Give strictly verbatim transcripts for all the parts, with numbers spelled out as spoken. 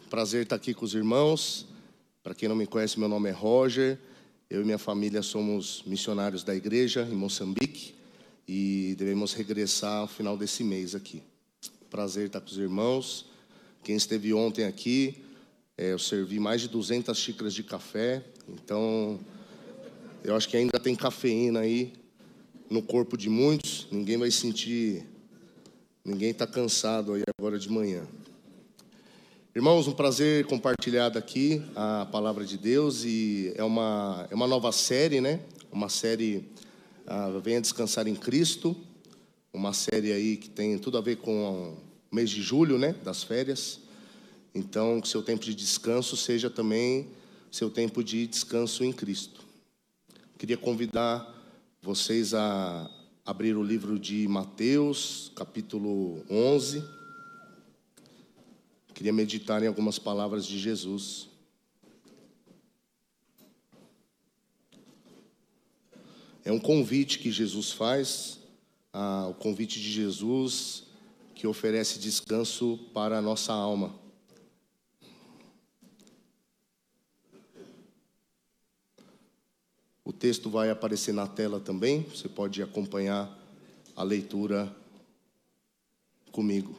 Prazer estar aqui com os irmãos. Para quem não me conhece, meu nome é Roger. Eu e minha família somos missionários da igreja em Moçambique e devemos regressar ao final desse mês aqui. Prazer estar com os irmãos. Quem esteve ontem aqui, é, eu servi mais de duzentas xícaras de café, então eu acho que ainda tem cafeína aí no corpo de muitos. Ninguém vai sentir, ninguém está cansado aí agora de manhã. Irmãos, um prazer compartilhar aqui a palavra de Deus e é uma, é uma nova série, né? Uma série, uh, Venha Descansar em Cristo, uma série aí que tem tudo a ver com o mês de julho, né? Das férias. Então, que seu tempo de descanso seja também seu tempo de descanso em Cristo. Queria convidar vocês a abrir o livro de Mateus, capítulo onze. Queria meditar em algumas palavras de Jesus. É um convite que Jesus faz, ah, o convite de Jesus que oferece descanso para a nossa alma. O texto vai aparecer na tela também, você pode acompanhar a leitura comigo.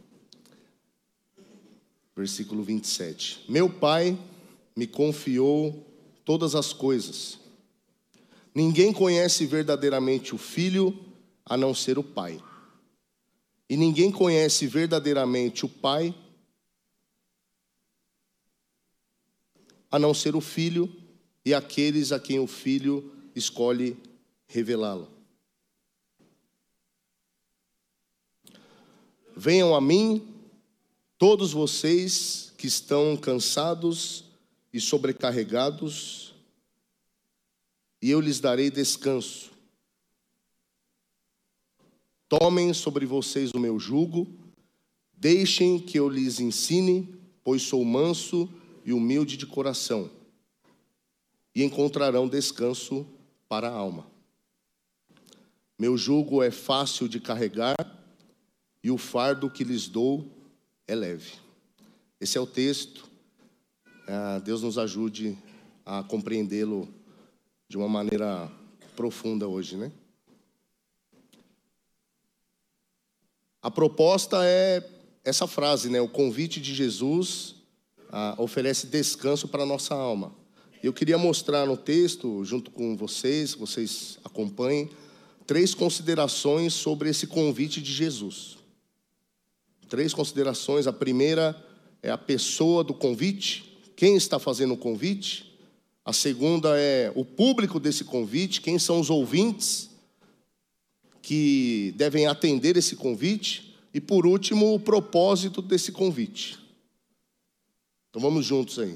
Versículo vinte e sete. Meu Pai me confiou todas as coisas. Ninguém conhece verdadeiramente o Filho a não ser o Pai. E ninguém conhece verdadeiramente o Pai a não ser o Filho e aqueles a quem o Filho escolhe revelá-lo. Venham a mim todos vocês que estão cansados e sobrecarregados, e eu lhes darei descanso. Tomem sobre vocês o meu jugo, deixem que eu lhes ensine, pois sou manso e humilde de coração, e encontrarão descanso para a alma. Meu jugo é fácil de carregar, e o fardo que lhes dou é leve. Esse é o texto. Deus nos ajude a compreendê-lo de uma maneira profunda hoje, né? A proposta é essa frase, né? O convite de Jesus ah, oferece descanso para a nossa alma. Eu queria mostrar no texto, junto com vocês, vocês acompanhem, três considerações sobre esse convite de Jesus. Três considerações. A primeira é a pessoa do convite, quem está fazendo o convite. A segunda é o público desse convite, quem são os ouvintes que devem atender esse convite. E por último, o propósito desse convite. Então vamos juntos aí.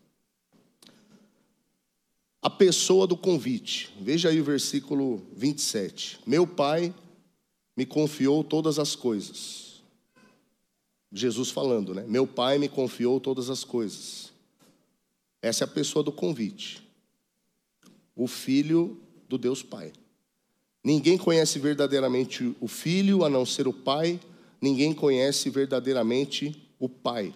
A pessoa do convite. Veja aí o versículo vinte e sete. Meu Pai me confiou todas as coisas. Jesus falando, né? Meu Pai me confiou todas as coisas. Essa é a pessoa do convite. O Filho do Deus Pai. Ninguém conhece verdadeiramente o Filho a não ser o Pai. Ninguém conhece verdadeiramente o Pai.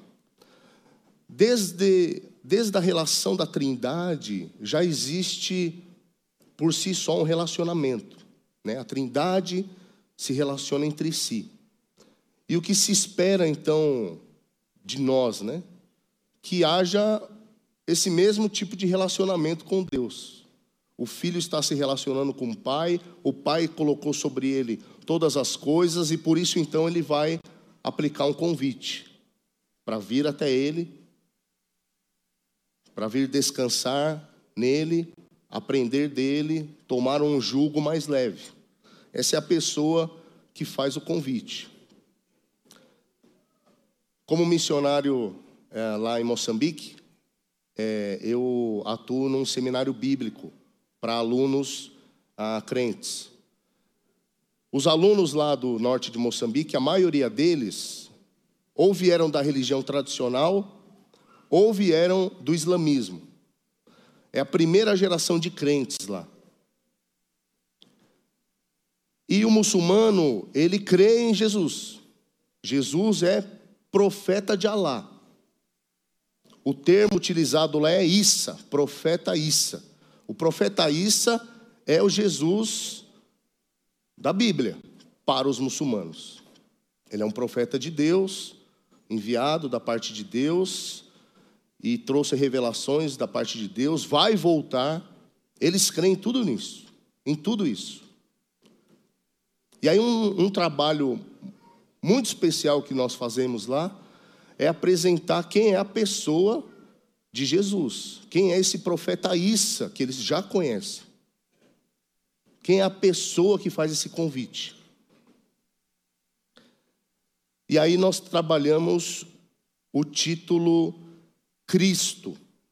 Desde, desde a relação da Trindade, já existe por si só um relacionamento, né? A Trindade se relaciona entre si. E o que se espera, então, de nós, né? Que haja esse mesmo tipo de relacionamento com Deus. O Filho está se relacionando com o Pai, o Pai colocou sobre ele todas as coisas, e por isso, então, ele vai aplicar um convite para vir até ele, para vir descansar nele, aprender dele, tomar um jugo mais leve. Essa é a pessoa que faz o convite. Como missionário é, lá em Moçambique, é, eu atuo num seminário bíblico para alunos ah, crentes. Os alunos lá do norte de Moçambique, a maioria deles, ou vieram da religião tradicional, ou vieram do islamismo. É a primeira geração de crentes lá. E o muçulmano, ele crê em Jesus. Jesus é profeta de Alá. O termo utilizado lá é Issa, profeta Issa. O profeta Issa é o Jesus da Bíblia para os muçulmanos. Ele é um profeta de Deus, enviado da parte de Deus, e trouxe revelações da parte de Deus, vai voltar. Eles creem em tudo nisso, em tudo isso. E aí um, um trabalho muito especial que nós fazemos lá é apresentar quem é a pessoa de Jesus. Quem é esse profeta Issa, que eles já conhecem. Quem é a pessoa que faz esse convite. E aí nós trabalhamos o título Cristo.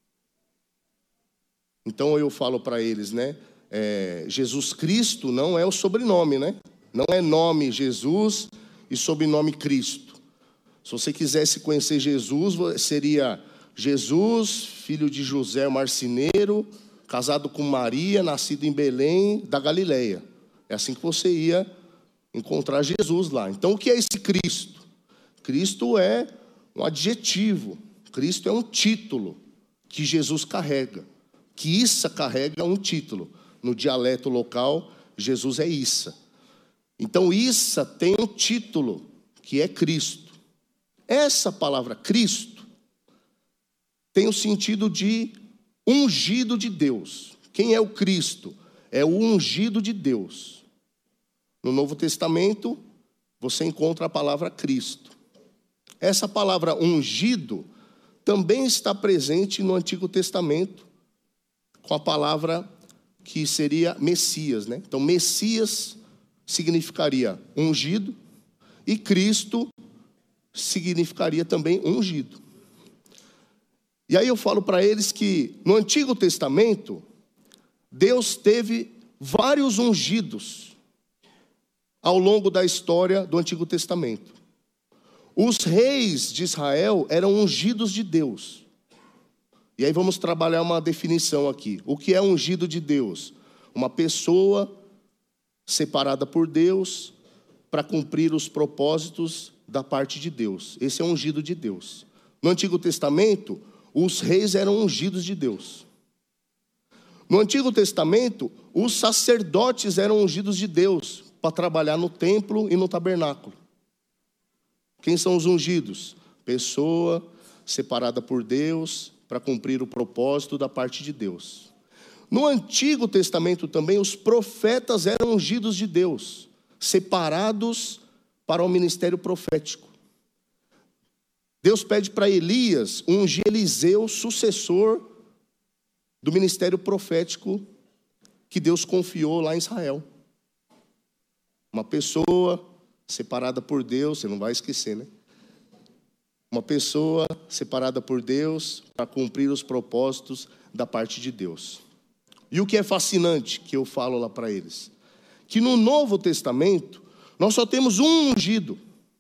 Então eu falo para eles, né? É, Jesus Cristo não é o sobrenome, né? Não é nome Jesus e sobrenome Cristo. Se você quisesse conhecer Jesus, seria Jesus, filho de José, o marceneiro, casado com Maria, nascido em Belém, da Galileia. É assim que você ia encontrar Jesus lá. Então o que é esse Cristo? Cristo é um adjetivo. Cristo é um título que Jesus carrega. Que Issa carrega um título. No dialeto local, Jesus é Issa. Então Issa tem um título, que é Cristo. Essa palavra Cristo tem o sentido de ungido de Deus. Quem é o Cristo? É o ungido de Deus. No Novo Testamento, você encontra a palavra Cristo. Essa palavra ungido também está presente no Antigo Testamento, com a palavra que seria Messias, né? Então, Messias significaria ungido e Cristo significaria também ungido. E aí eu falo para eles que no Antigo Testamento, Deus teve vários ungidos ao longo da história do Antigo Testamento. Os reis de Israel eram ungidos de Deus. E aí vamos trabalhar uma definição aqui. O que é ungido de Deus? Uma pessoa separada por Deus para cumprir os propósitos da parte de Deus. Esse é o ungido de Deus. No Antigo Testamento, os reis eram ungidos de Deus. No Antigo Testamento, os sacerdotes eram ungidos de Deus para trabalhar no templo e no tabernáculo. Quem são os ungidos? Pessoa separada por Deus para cumprir o propósito da parte de Deus. No Antigo Testamento também, os profetas eram ungidos de Deus, separados para o ministério profético. Deus pede para Elias ungir Eliseu, sucessor do ministério profético que Deus confiou lá em Israel. Uma pessoa separada por Deus, você não vai esquecer, né? Uma pessoa separada por Deus para cumprir os propósitos da parte de Deus. E o que é fascinante, que eu falo lá para eles, que no Novo Testamento, nós só temos um ungido.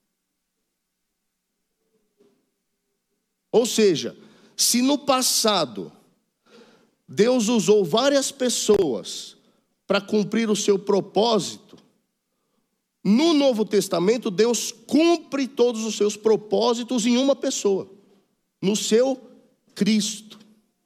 Ou seja, se no passado, Deus usou várias pessoas para cumprir o seu propósito, no Novo Testamento, Deus cumpre todos os seus propósitos em uma pessoa, no seu Cristo.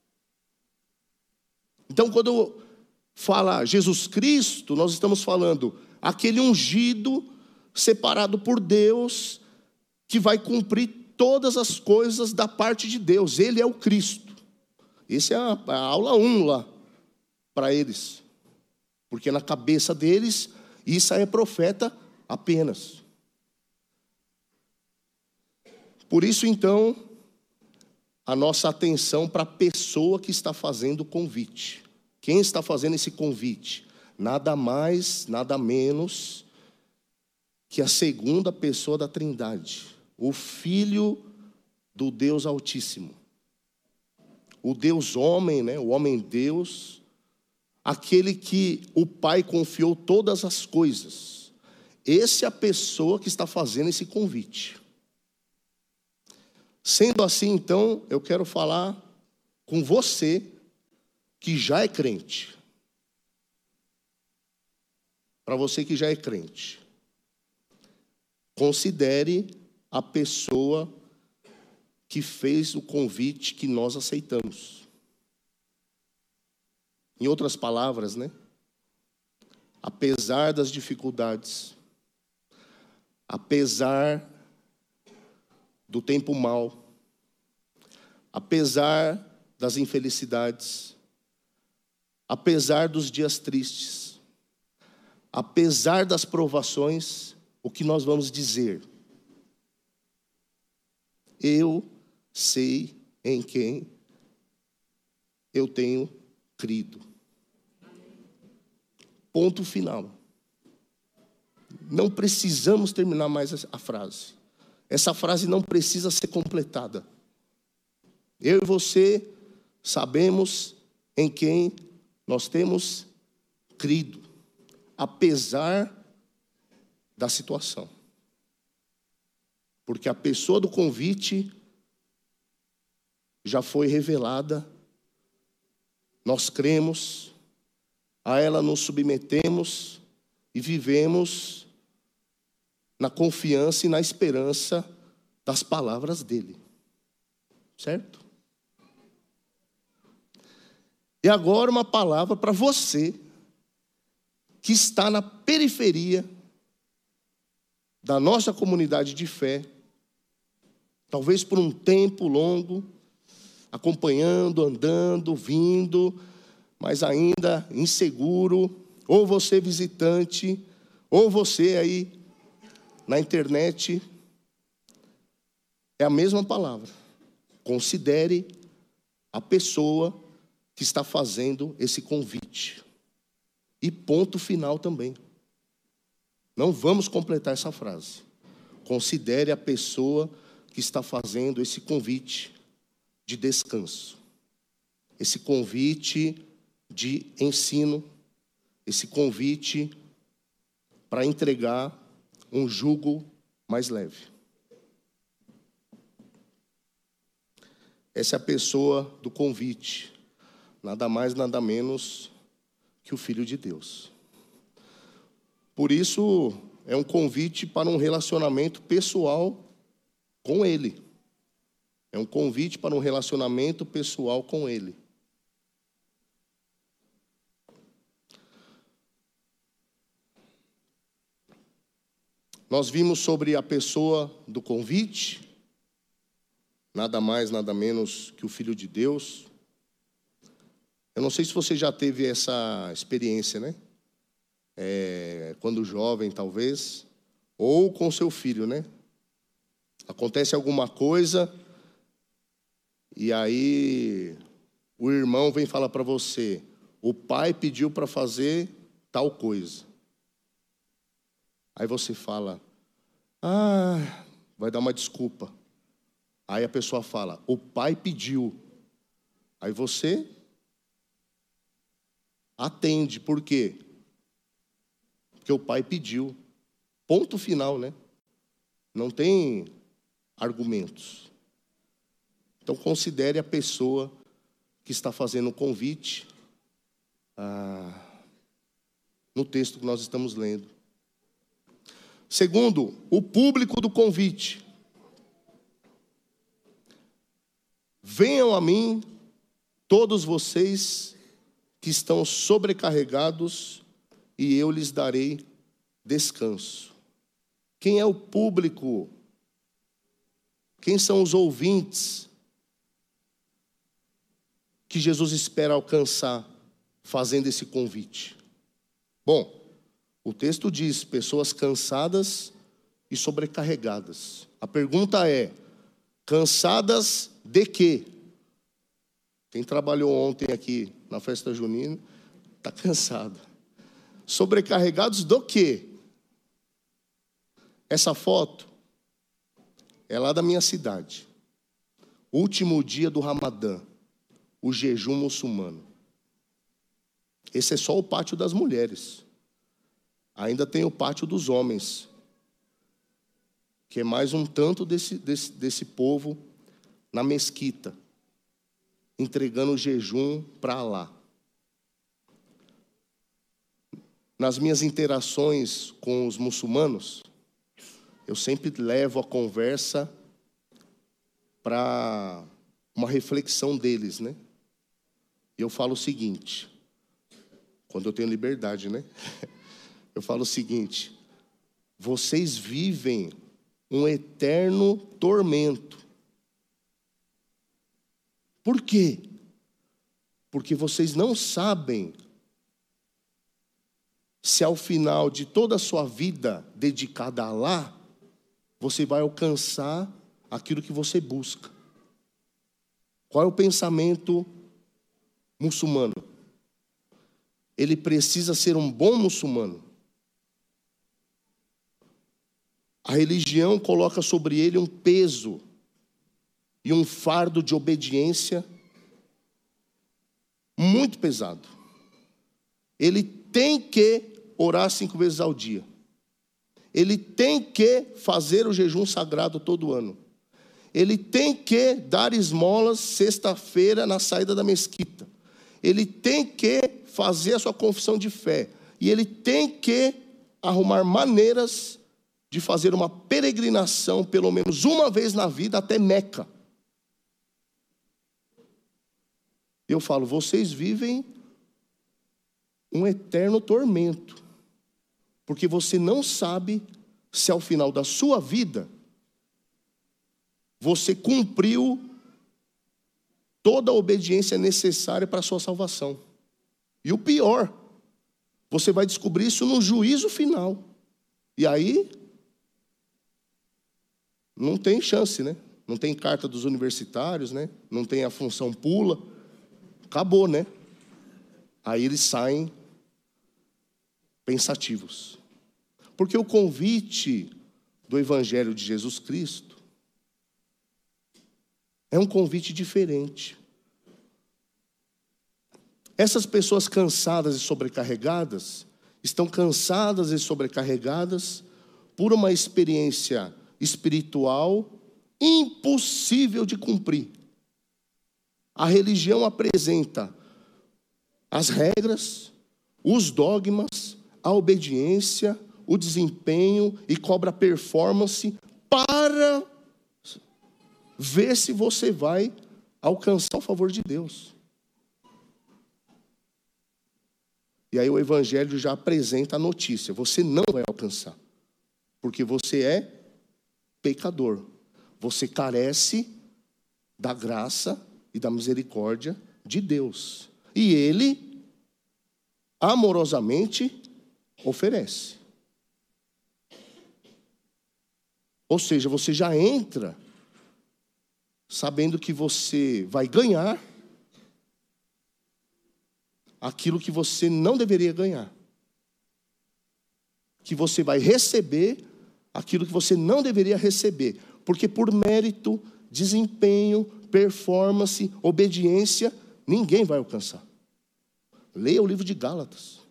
Então, quando fala Jesus Cristo, nós estamos falando aquele ungido, separado por Deus, que vai cumprir todas as coisas da parte de Deus. Ele é o Cristo. Essa é a, a aula um lá, para eles. Porque na cabeça deles, Issa é profeta apenas. Por isso, então, a nossa atenção para a pessoa que está fazendo o convite. Quem está fazendo esse convite? Nada mais, nada menos que a segunda pessoa da Trindade, o Filho do Deus Altíssimo. O Deus homem, né? O homem Deus, aquele que o Pai confiou todas as coisas. Essa é a pessoa que está fazendo esse convite. Sendo assim, então, eu quero falar com você que já é crente. Para você que já é crente. Considere a pessoa que fez o convite que nós aceitamos. Em outras palavras, né? Apesar das dificuldades, apesar do tempo mau, apesar das infelicidades, apesar dos dias tristes, apesar das provações, o que nós vamos dizer? Eu sei em quem eu tenho crido. Ponto final. Não precisamos terminar mais a frase. Essa frase não precisa ser completada. Eu e você sabemos em quem nós temos crido, apesar da situação. Porque a pessoa do convite já foi revelada, nós cremos, a ela nos submetemos e vivemos na confiança e na esperança das palavras dele. Certo? E agora uma palavra para você que está na periferia da nossa comunidade de fé, talvez por um tempo longo, acompanhando, andando, vindo, mas ainda inseguro, ou você visitante, ou você aí na internet, é a mesma palavra. Considere a pessoa que está fazendo esse convite. E ponto final também. Não vamos completar essa frase. Considere a pessoa que está fazendo esse convite de descanso. Esse convite de ensino. Esse convite para entregar um jugo mais leve. Essa é a pessoa do convite. Nada mais, nada menos que o Filho de Deus. Por isso, é um convite para um relacionamento pessoal com Ele. É um convite para um relacionamento pessoal com Ele. Nós vimos sobre a pessoa do convite, nada mais, nada menos que o Filho de Deus. Eu não sei se você já teve essa experiência, né? É, quando jovem, talvez, ou com seu filho, né? Acontece alguma coisa e aí o irmão vem falar para você: o pai pediu para fazer tal coisa. Aí você fala: ah, vai dar uma desculpa. Aí a pessoa fala: o pai pediu. Aí você atende. Por quê? Porque o pai pediu. Ponto final, né? Não tem argumentos. Então considere a pessoa que está fazendo o convite ah, no texto que nós estamos lendo. Segundo, o público do convite. Venham a mim, todos vocês que estão sobrecarregados, e eu lhes darei descanso. Quem é o público? Quem são os ouvintes que Jesus espera alcançar fazendo esse convite? Bom, o texto diz: pessoas cansadas e sobrecarregadas. A pergunta é: cansadas de quê? Quem trabalhou ontem aqui na festa junina está cansado. Sobrecarregados do quê? Essa foto é lá da minha cidade. Último dia do Ramadã, o jejum muçulmano. Esse é só o pátio das mulheres. Ainda tem o pátio dos homens, que é mais um tanto desse, desse, desse povo na mesquita, entregando o jejum para Alá. Nas minhas interações com os muçulmanos, eu sempre levo a conversa para uma reflexão deles, né? E eu falo o seguinte, quando eu tenho liberdade, né? Eu falo o seguinte: vocês vivem um eterno tormento. Por quê? Porque vocês não sabem se ao final de toda a sua vida dedicada a lá, você vai alcançar aquilo que você busca. Qual é o pensamento muçulmano? Ele precisa ser um bom muçulmano. A religião coloca sobre ele um peso e um fardo de obediência muito pesado. Ele tem que orar cinco vezes ao dia. Ele tem que fazer o jejum sagrado todo ano. Ele tem que dar esmolas sexta-feira na saída da mesquita. Ele tem que fazer a sua confissão de fé. E ele tem que arrumar maneiras de fazer uma peregrinação, pelo menos uma vez na vida, até Meca. Eu falo, vocês vivem um eterno tormento, porque você não sabe se ao final da sua vida você cumpriu toda a obediência necessária para a sua salvação. E o pior, você vai descobrir isso no juízo final. E aí, não tem chance, né? Não tem carta dos universitários, né? Não tem a função pula. Acabou, né? Aí eles saem pensativos. Porque o convite do Evangelho de Jesus Cristo é um convite diferente. Essas pessoas cansadas e sobrecarregadas, estão cansadas e sobrecarregadas por uma experiência espiritual impossível de cumprir. A religião apresenta as regras, os dogmas, a obediência, o desempenho e cobra performance para ver se você vai alcançar o favor de Deus. E aí o Evangelho já apresenta a notícia: você não vai alcançar, porque você é pecador. Você carece da graça e da misericórdia de Deus. E Ele, amorosamente, oferece. Ou seja, você já entra sabendo que você vai ganhar aquilo que você não deveria ganhar. Que você vai receber aquilo que você não deveria receber. Porque por mérito, desempenho, performance, obediência, ninguém vai alcançar. Leia o livro de Gálatas.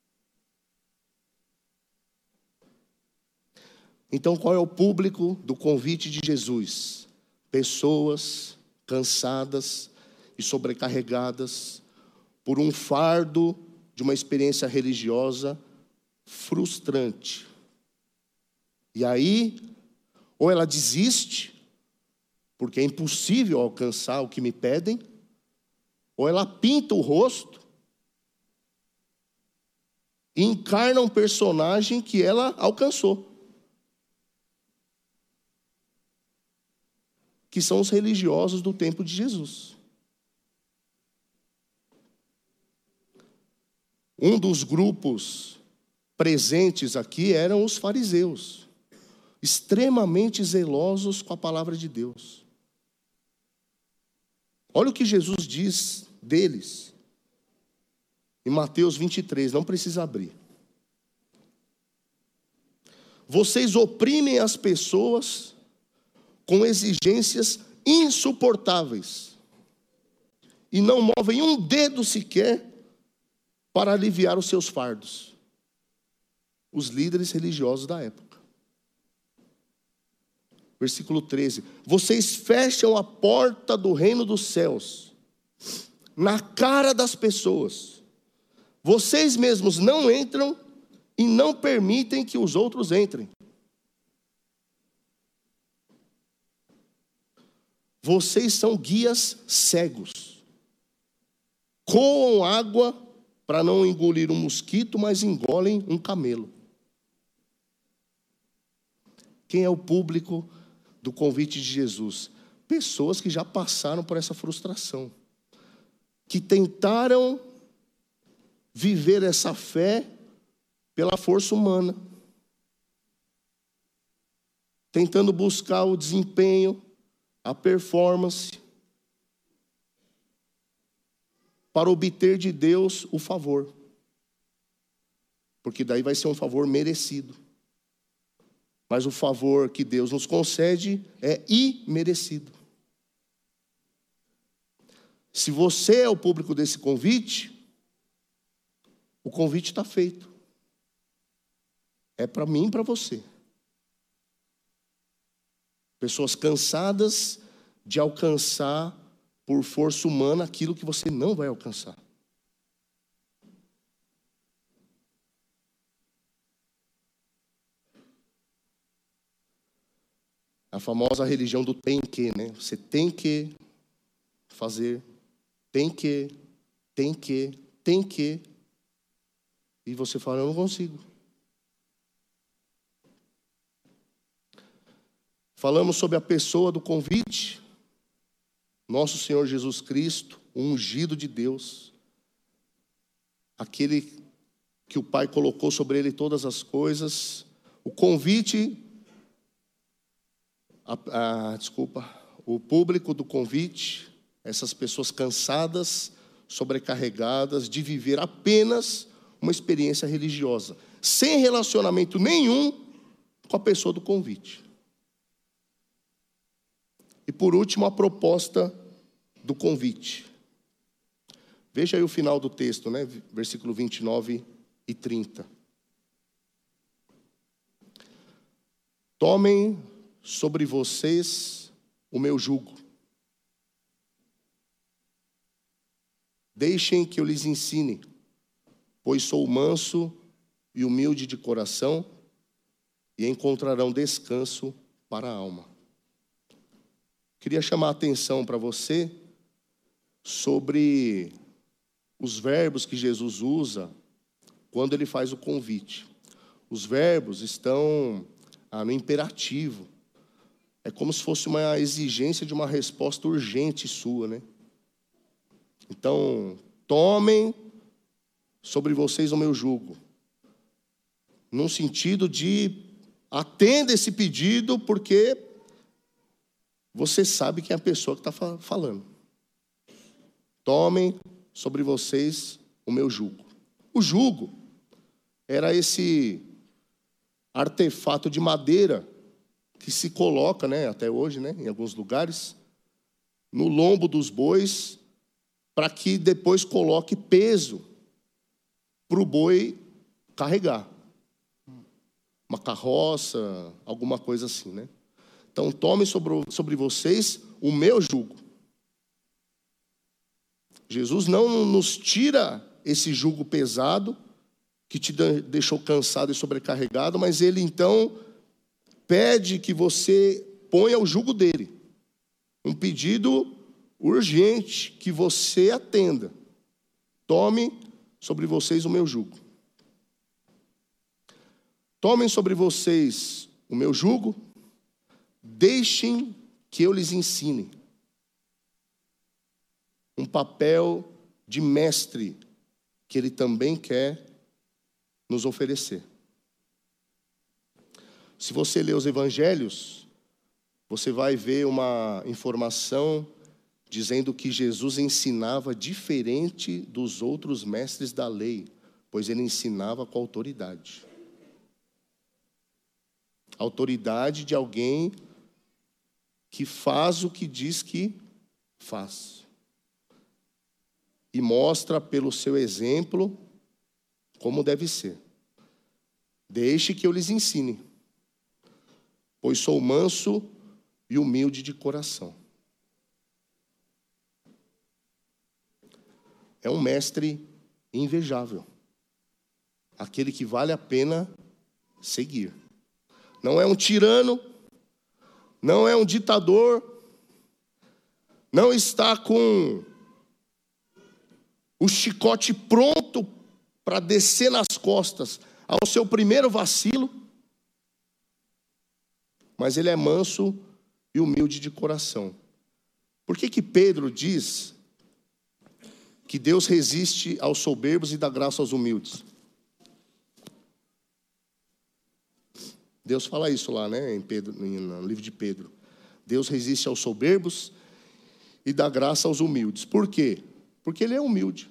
Então, qual é o público do convite de Jesus? Pessoas cansadas e sobrecarregadas por um fardo de uma experiência religiosa frustrante. E aí, ou ela desiste, porque é impossível alcançar o que me pedem, ou ela pinta o rosto e encarna um personagem que ela alcançou. Que são os religiosos do tempo de Jesus. Um dos grupos presentes aqui eram os fariseus, extremamente zelosos com a palavra de Deus. Olha o que Jesus diz deles, em Mateus vinte e três, não precisa abrir. Vocês oprimem as pessoas com exigências insuportáveis e não movem um dedo sequer para aliviar os seus fardos. Os líderes religiosos da época. Versículo treze. Vocês fecham a porta do reino dos céus na cara das pessoas. Vocês mesmos não entram e não permitem que os outros entrem. vocês são guias cegos. Coam água para não engolir um mosquito, mas engolem um camelo. Quem é o público do convite de Jesus? Pessoas que já passaram por essa frustração, que tentaram viver essa fé pela força humana, tentando buscar o desempenho, a performance, para obter de Deus o favor. Porque daí vai ser um favor merecido. Mas o favor que Deus nos concede é imerecido. Se você é o público desse convite, o convite está feito. É para mim e para você. Pessoas cansadas de alcançar por força humana aquilo que você não vai alcançar. A famosa religião do tem que, né? Você tem que fazer, tem que, tem que, tem que. E você fala, eu não consigo. Falamos sobre a pessoa do convite. Nosso Senhor Jesus Cristo, o ungido de Deus. Aquele que o Pai colocou sobre ele todas as coisas. O convite... A, a, desculpa, o público do convite, essas pessoas cansadas, sobrecarregadas de viver apenas uma experiência religiosa, sem relacionamento nenhum com a pessoa do convite. E por último, a proposta do convite. Veja aí o final do texto, né? Versículo vinte e nove e trinta. Tomem sobre vocês o meu jugo. Deixem que eu lhes ensine, pois sou manso e humilde de coração, e encontrarão descanso para a alma. Queria chamar a atenção para você sobre os verbos que Jesus usa quando ele faz o convite. Os verbos estão ah, no imperativo. É como se fosse uma exigência de uma resposta urgente sua, né? Então, tomem sobre vocês o meu jugo. Num sentido de atenda esse pedido, porque você sabe quem é a pessoa que está falando. Tomem sobre vocês o meu jugo. O jugo era esse artefato de madeira que se coloca, né, até hoje, né, em alguns lugares, no lombo dos bois, para que depois coloque peso para o boi carregar. Uma carroça, alguma coisa assim, né? Então, tomem sobre, sobre vocês o meu jugo. Jesus não nos tira esse jugo pesado, que te deixou cansado e sobrecarregado, mas ele, então, pede que você ponha o jugo dele. Um pedido urgente que você atenda. Tome sobre vocês o meu jugo. Tomem sobre vocês o meu jugo, deixem que eu lhes ensine. Um papel de mestre que ele também quer nos oferecer. Se você ler os evangelhos, você vai ver uma informação dizendo que Jesus ensinava diferente dos outros mestres da lei, pois ele ensinava com autoridade. A autoridade de alguém que faz o que diz que faz. E mostra pelo seu exemplo como deve ser. Deixe que eu lhes ensine, pois sou manso e humilde de coração. É um mestre invejável. Aquele que vale a pena seguir. Não é um tirano, não é um ditador, não está com o chicote pronto para descer nas costas ao seu primeiro vacilo, mas ele é manso e humilde de coração. Por que que Pedro diz que Deus resiste aos soberbos e dá graça aos humildes? Deus fala isso lá, né, em Pedro, no livro de Pedro. Deus resiste aos soberbos e dá graça aos humildes. Por quê? Porque ele é humilde.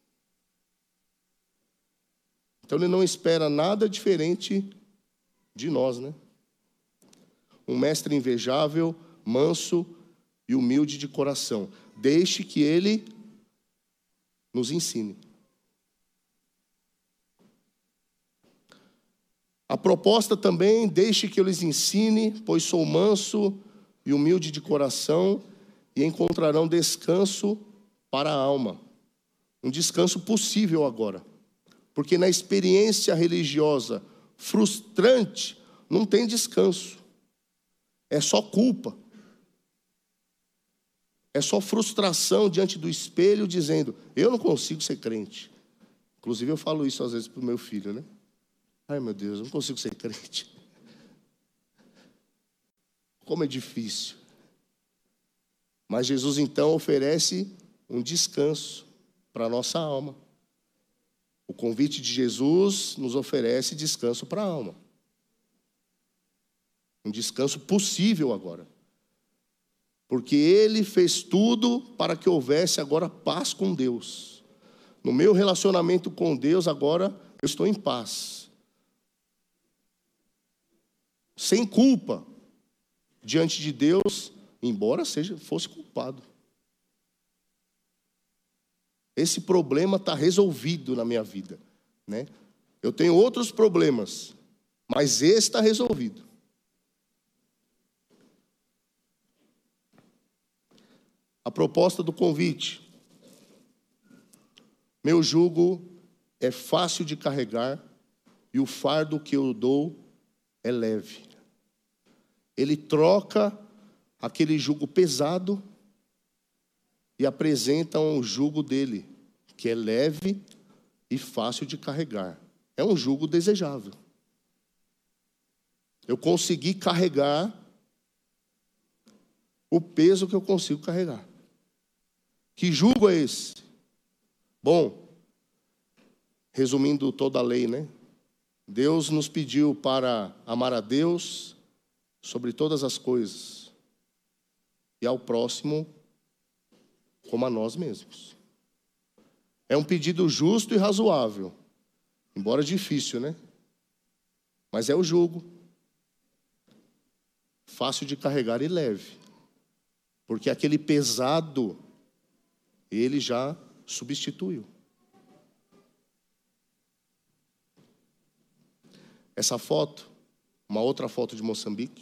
Então ele não espera nada diferente de nós, né? Um mestre invejável, manso e humilde de coração. Deixe que ele nos ensine. A proposta também, deixe que eu lhes ensine, pois sou manso e humilde de coração, e encontrarão descanso para a alma. Um descanso possível agora. Porque na experiência religiosa frustrante, não tem descanso. É só culpa. É só frustração diante do espelho, dizendo, eu não consigo ser crente. Inclusive eu falo isso às vezes para o meu filho, né? Ai, meu Deus, eu não consigo ser crente. Como é difícil. Mas Jesus, então, oferece um descanso para a nossa alma. O convite de Jesus nos oferece descanso para a alma. Um descanso possível agora. Porque Ele fez tudo para que houvesse agora paz com Deus. No meu relacionamento com Deus, agora eu estou em paz. Sem culpa, diante de Deus, embora seja, fosse culpado. Esse problema está resolvido na minha vida, né? Eu tenho outros problemas, mas esse está resolvido. A proposta do convite. Meu jugo é fácil de carregar e o fardo que eu dou é leve. Ele troca aquele jugo pesado e apresenta um jugo dele, que é leve e fácil de carregar. É um jugo desejável. Eu consegui carregar o peso que eu consigo carregar. Que jugo é esse? Bom, resumindo toda a lei, né? Deus nos pediu para amar a Deus sobre todas as coisas e ao próximo como a nós mesmos. É um pedido justo e razoável, embora difícil, né? Mas é o jugo, fácil de carregar e leve, porque aquele pesado, ele já substituiu. Essa foto, uma outra foto de Moçambique,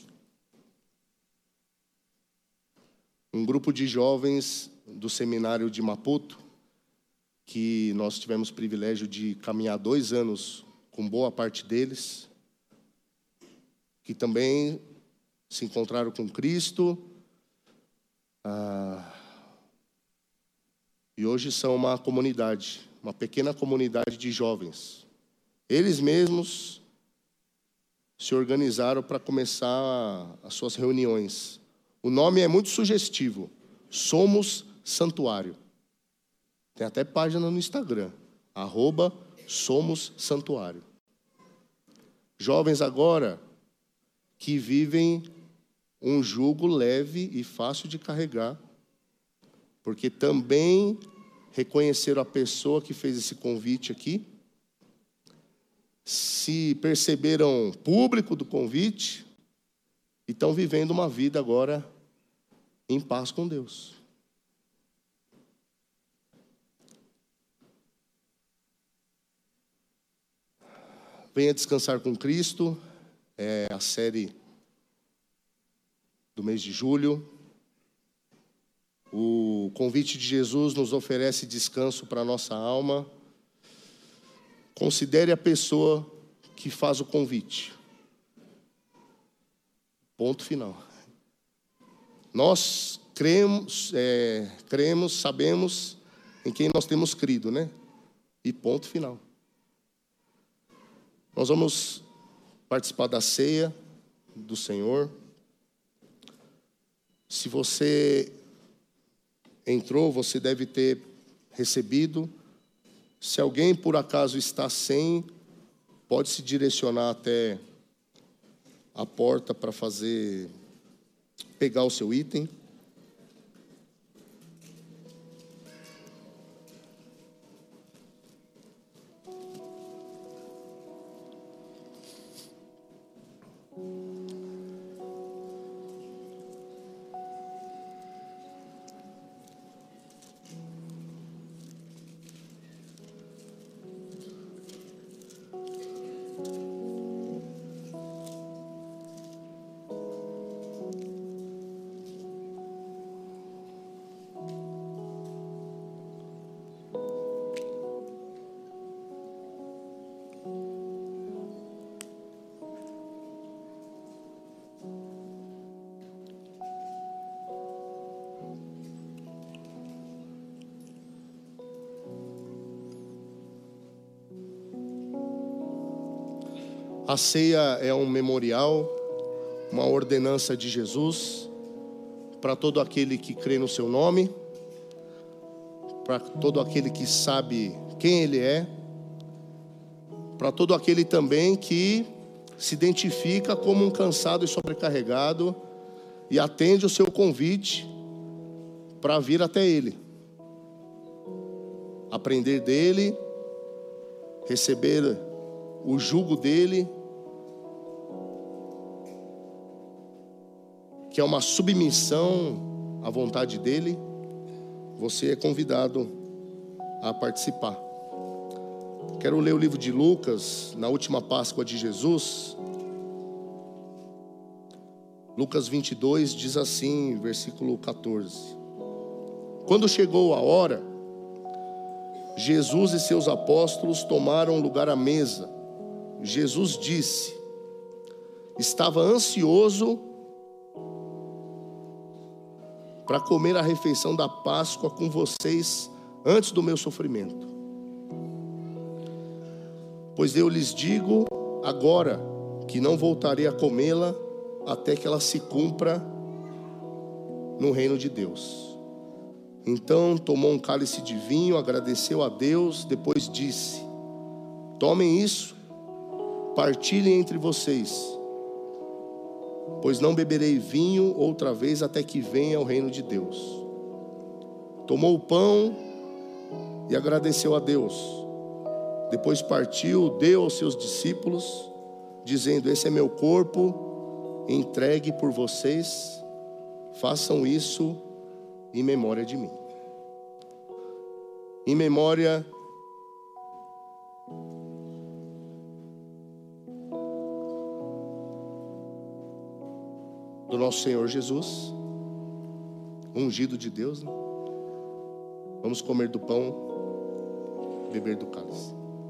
um grupo de jovens do seminário de Maputo, que nós tivemos o privilégio de caminhar dois anos com boa parte deles, que também se encontraram com Cristo, ah, e hoje são uma comunidade, uma pequena comunidade de jovens. Eles mesmos se organizaram para começar as suas reuniões. O nome é muito sugestivo, Somos Santuário. Tem até página no Instagram, arroba Somos Santuário. Jovens agora que vivem um jugo leve e fácil de carregar, porque também reconheceram a pessoa que fez esse convite aqui, se perceberam público do convite e estão vivendo uma vida agora em paz com Deus. Venha descansar com Cristo, é a série do mês de julho. O convite de Jesus nos oferece descanso para a nossa alma. Considere a pessoa que faz o convite. Ponto final. Nós cremos, é, cremos, sabemos em quem nós temos crido, né? E ponto final. Nós vamos participar da ceia do Senhor. Se você entrou, você deve ter recebido. Se alguém por acaso está sem, pode se direcionar até a porta para fazer, pegar o seu item. A ceia é um memorial, uma ordenança de Jesus para todo aquele que crê no seu nome, para todo aquele que sabe quem Ele é, para todo aquele também que se identifica como um cansado e sobrecarregado e atende o seu convite para vir até Ele, aprender dEle, receber o jugo dEle, que é uma submissão à vontade dEle. Você é convidado a participar. Quero ler o livro de Lucas, na última Páscoa de Jesus. Lucas vinte e dois diz assim, versículo quatorze. Quando chegou a hora, Jesus e seus apóstolos tomaram lugar à mesa. Jesus disse: estava ansioso para comer a refeição da Páscoa com vocês antes do meu sofrimento. Pois eu lhes digo agora que não voltarei a comê-la até que ela se cumpra no reino de Deus. Então tomou um cálice de vinho, agradeceu a Deus, depois disse: tomem isso, partilhem entre vocês, pois não beberei vinho outra vez até que venha o reino de Deus. Tomou o pão e agradeceu a Deus. Depois partiu, deu aos seus discípulos, dizendo: esse é meu corpo, entregue por vocês, façam isso em memória de mim. Em memória do nosso Senhor Jesus, ungido de Deus, né? Vamos comer do pão, beber do cálice.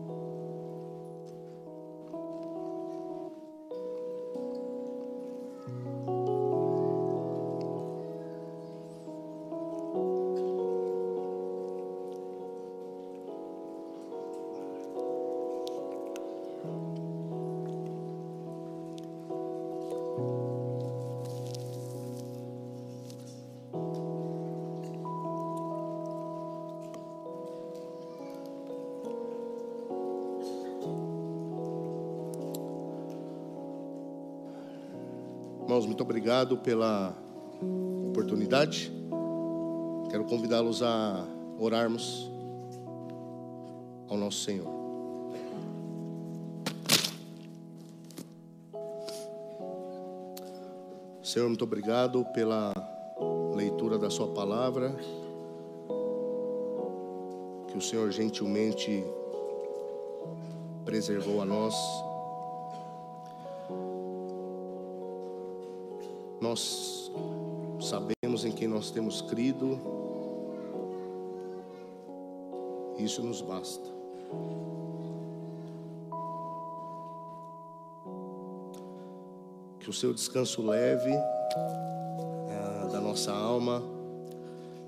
Irmãos, muito obrigado pela oportunidade. Quero convidá-los a orarmos ao nosso Senhor. Senhor, muito obrigado pela leitura da sua palavra, que o Senhor gentilmente preservou a nós. Nós sabemos em quem nós temos crido, e isso nos basta. Que o seu descanso leve é, da nossa alma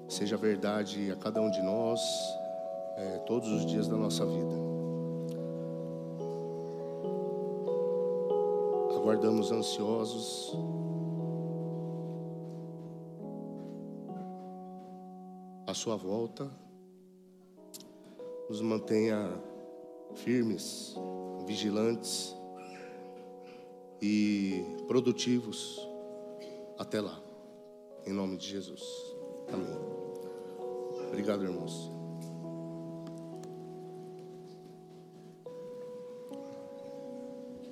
seja verdade a cada um de nós, é, todos os dias da nossa vida. Aguardamos ansiosos a sua volta. Nos mantenha firmes, vigilantes e produtivos até lá, em nome de Jesus. Amém. Obrigado, irmãos.